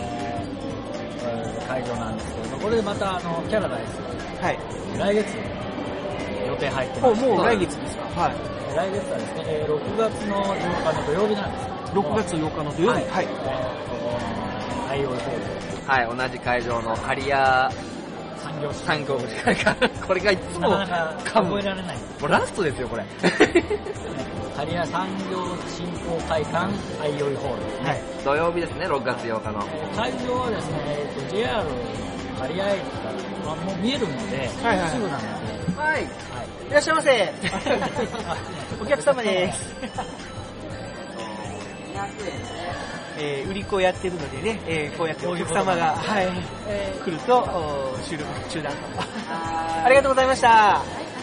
会場なんですけれど、これでまたキャラダイス、はい、来月予定入ってます。 もう来月ですか？はい。 来月はですね、6月の8日の土曜日なんです。 6月8日の土曜日。はい。 アイオイホール。 はい、同じ会場の刈谷産業これがいつもなかなか覚えられない。 もうラストですよ、これ。 刈谷産業振興会館アイオイホール。 はい。土曜日ですね、6月8日の。 会場はですね、JR 刈谷駅からもう見えるので、すぐなので。 はい。いらっしゃいませ。お客様です。売り子やってるのでね、こうやってお客様が、はい、来ると収録中だと。ありがとうございました。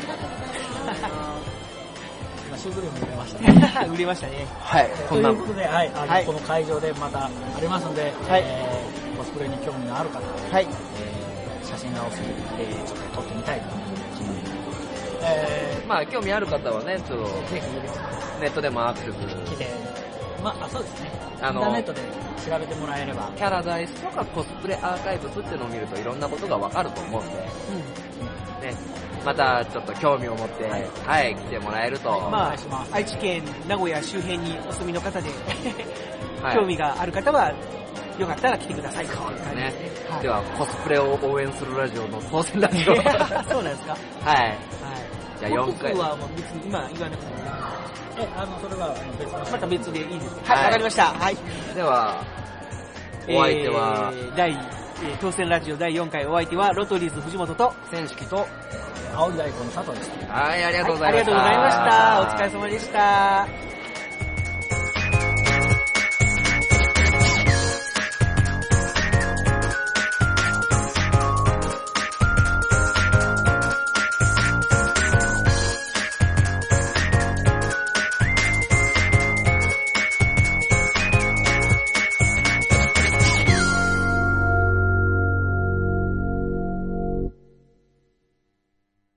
シュークリーム売れましたね。 売れましたね。 はい。 ということで、はい、この会場でまたありますので、コスプレに興味のある方、はい、写真がお好きで、ちょっと撮ってみたいと思います。 まあ興味ある方はね、ちょっとネットでもアクセスまあ、そうですね。インターネットで調べてもらえれば。 キャラダイスとかコスプレアーカイブスっていうのを見るといろんなことがわかると思うんで、ね、またちょっと興味を持って、はい、来てもらえると。 まあ、愛知県、名古屋周辺にお住みの方で、興味がある方は、よかったら来てください。そうですね。では、コスプレを応援するラジオの当選ラジオ。 そうなんですか？ はい。じゃあ4回。 はもう別に今言わなくてもそれは別の。 また別でいいですね。はい、わかりました。はい。 では、お相手は、 当選ラジオ第4回お相手は、ロトリーズ藤本と、 千式と、 青木大根の佐藤でした。 はい、ありがとうございました。 ありがとうございました。お疲れ様でした。